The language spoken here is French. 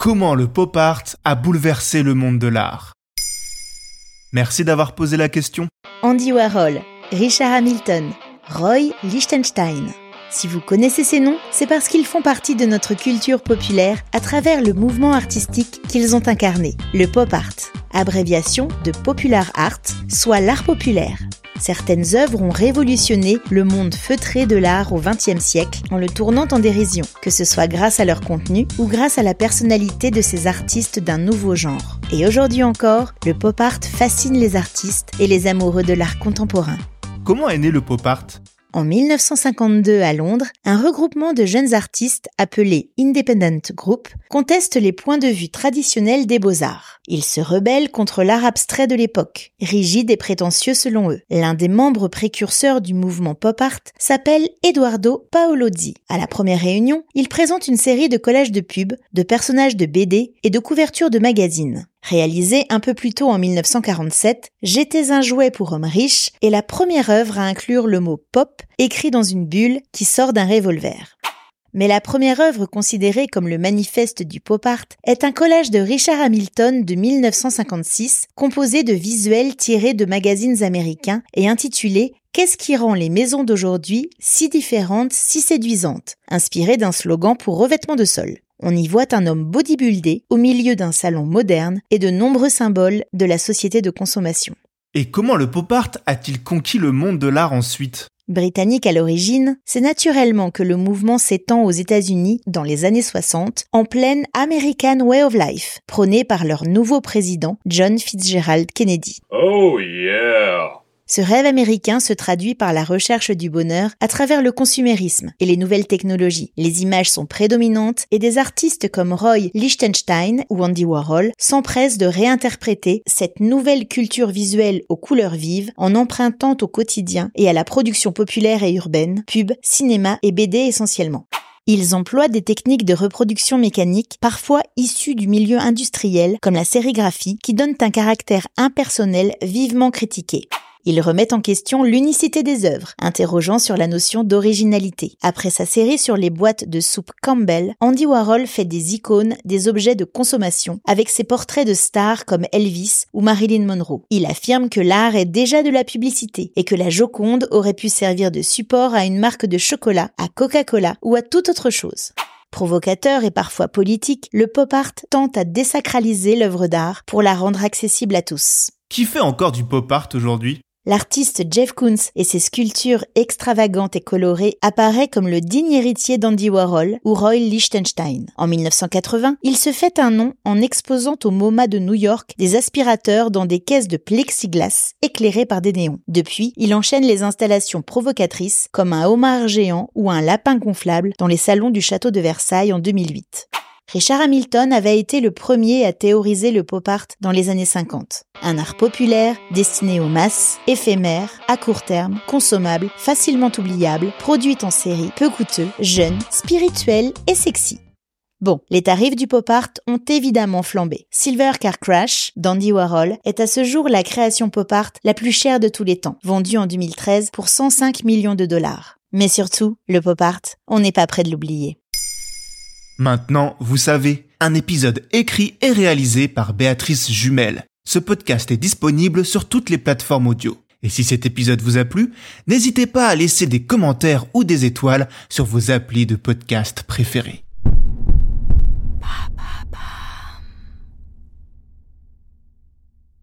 Comment le pop art a bouleversé le monde de l'art? Merci d'avoir posé la question. Andy Warhol, Richard Hamilton, Roy Lichtenstein. Si vous connaissez ces noms, c'est parce qu'ils font partie de notre culture populaire à travers le mouvement artistique qu'ils ont incarné, le pop art, abréviation de popular art, soit l'art populaire. Certaines œuvres ont révolutionné le monde feutré de l'art au XXe siècle en le tournant en dérision, que ce soit grâce à leur contenu ou grâce à la personnalité de ces artistes d'un nouveau genre. Et aujourd'hui encore, le pop art fascine les artistes et les amoureux de l'art contemporain. Comment est né le pop art? En 1952 à Londres, un regroupement de jeunes artistes appelé Independent Group conteste les points de vue traditionnels des beaux-arts. Ils se rebellent contre l'art abstrait de l'époque, rigide et prétentieux selon eux. L'un des membres précurseurs du mouvement pop art s'appelle Edoardo Paolozzi. À la première réunion, il présente une série de collages de pubs, de personnages de BD et de couvertures de magazines. Réalisé un peu plus tôt en 1947, J'étais un jouet pour homme riche est la première œuvre à inclure le mot pop écrit dans une bulle qui sort d'un revolver. Mais la première œuvre considérée comme le manifeste du pop art est un collage de Richard Hamilton de 1956, composé de visuels tirés de magazines américains et intitulé « Qu'est-ce qui rend les maisons d'aujourd'hui si différentes, si séduisantes ?» inspiré d'un slogan pour revêtement de sol. On y voit un homme bodybuildé au milieu d'un salon moderne et de nombreux symboles de la société de consommation. Et comment le pop art a-t-il conquis le monde de l'art ensuite? Britannique à l'origine, c'est naturellement que le mouvement s'étend aux États-Unis dans les années 60, en pleine American Way of Life, prônée par leur nouveau président, John Fitzgerald Kennedy. Oh yeah! Ce rêve américain se traduit par la recherche du bonheur à travers le consumérisme et les nouvelles technologies. Les images sont prédominantes et des artistes comme Roy Lichtenstein ou Andy Warhol s'empressent de réinterpréter cette nouvelle culture visuelle aux couleurs vives en empruntant au quotidien et à la production populaire et urbaine, pub, cinéma et BD essentiellement. Ils emploient des techniques de reproduction mécanique, parfois issues du milieu industriel, comme la sérigraphie, qui donnent un caractère impersonnel vivement critiqué. Ils remettent en question l'unicité des œuvres, interrogeant sur la notion d'originalité. Après sa série sur les boîtes de soupe Campbell, Andy Warhol fait des icônes, des objets de consommation, avec ses portraits de stars comme Elvis ou Marilyn Monroe. Il affirme que l'art est déjà de la publicité et que la Joconde aurait pu servir de support à une marque de chocolat, à Coca-Cola ou à toute autre chose. Provocateur et parfois politique, le pop art tente à désacraliser l'œuvre d'art pour la rendre accessible à tous. Qui fait encore du pop art aujourd'hui? L'artiste Jeff Koons et ses sculptures extravagantes et colorées apparaît comme le digne héritier d'Andy Warhol ou Roy Lichtenstein. En 1980, il se fait un nom en exposant au MoMA de New York des aspirateurs dans des caisses de plexiglas éclairées par des néons. Depuis, il enchaîne les installations provocatrices comme un homard géant ou un lapin gonflable dans les salons du château de Versailles en 2008. Richard Hamilton avait été le premier à théoriser le pop art dans les années 50. Un art populaire, destiné aux masses, éphémère, à court terme, consommable, facilement oubliable, produit en série, peu coûteux, jeune, spirituel et sexy. Bon, les tarifs du pop art ont évidemment flambé. Silver Car Crash, d'Andy Warhol, est à ce jour la création pop art la plus chère de tous les temps, vendue en 2013 pour 105 millions de dollars. Mais surtout, le pop art, on n'est pas près de l'oublier. Maintenant, vous savez, un épisode écrit et réalisé par Béatrice Jumel. Ce podcast est disponible sur toutes les plateformes audio. Et si cet épisode vous a plu, n'hésitez pas à laisser des commentaires ou des étoiles sur vos applis de podcast préférés.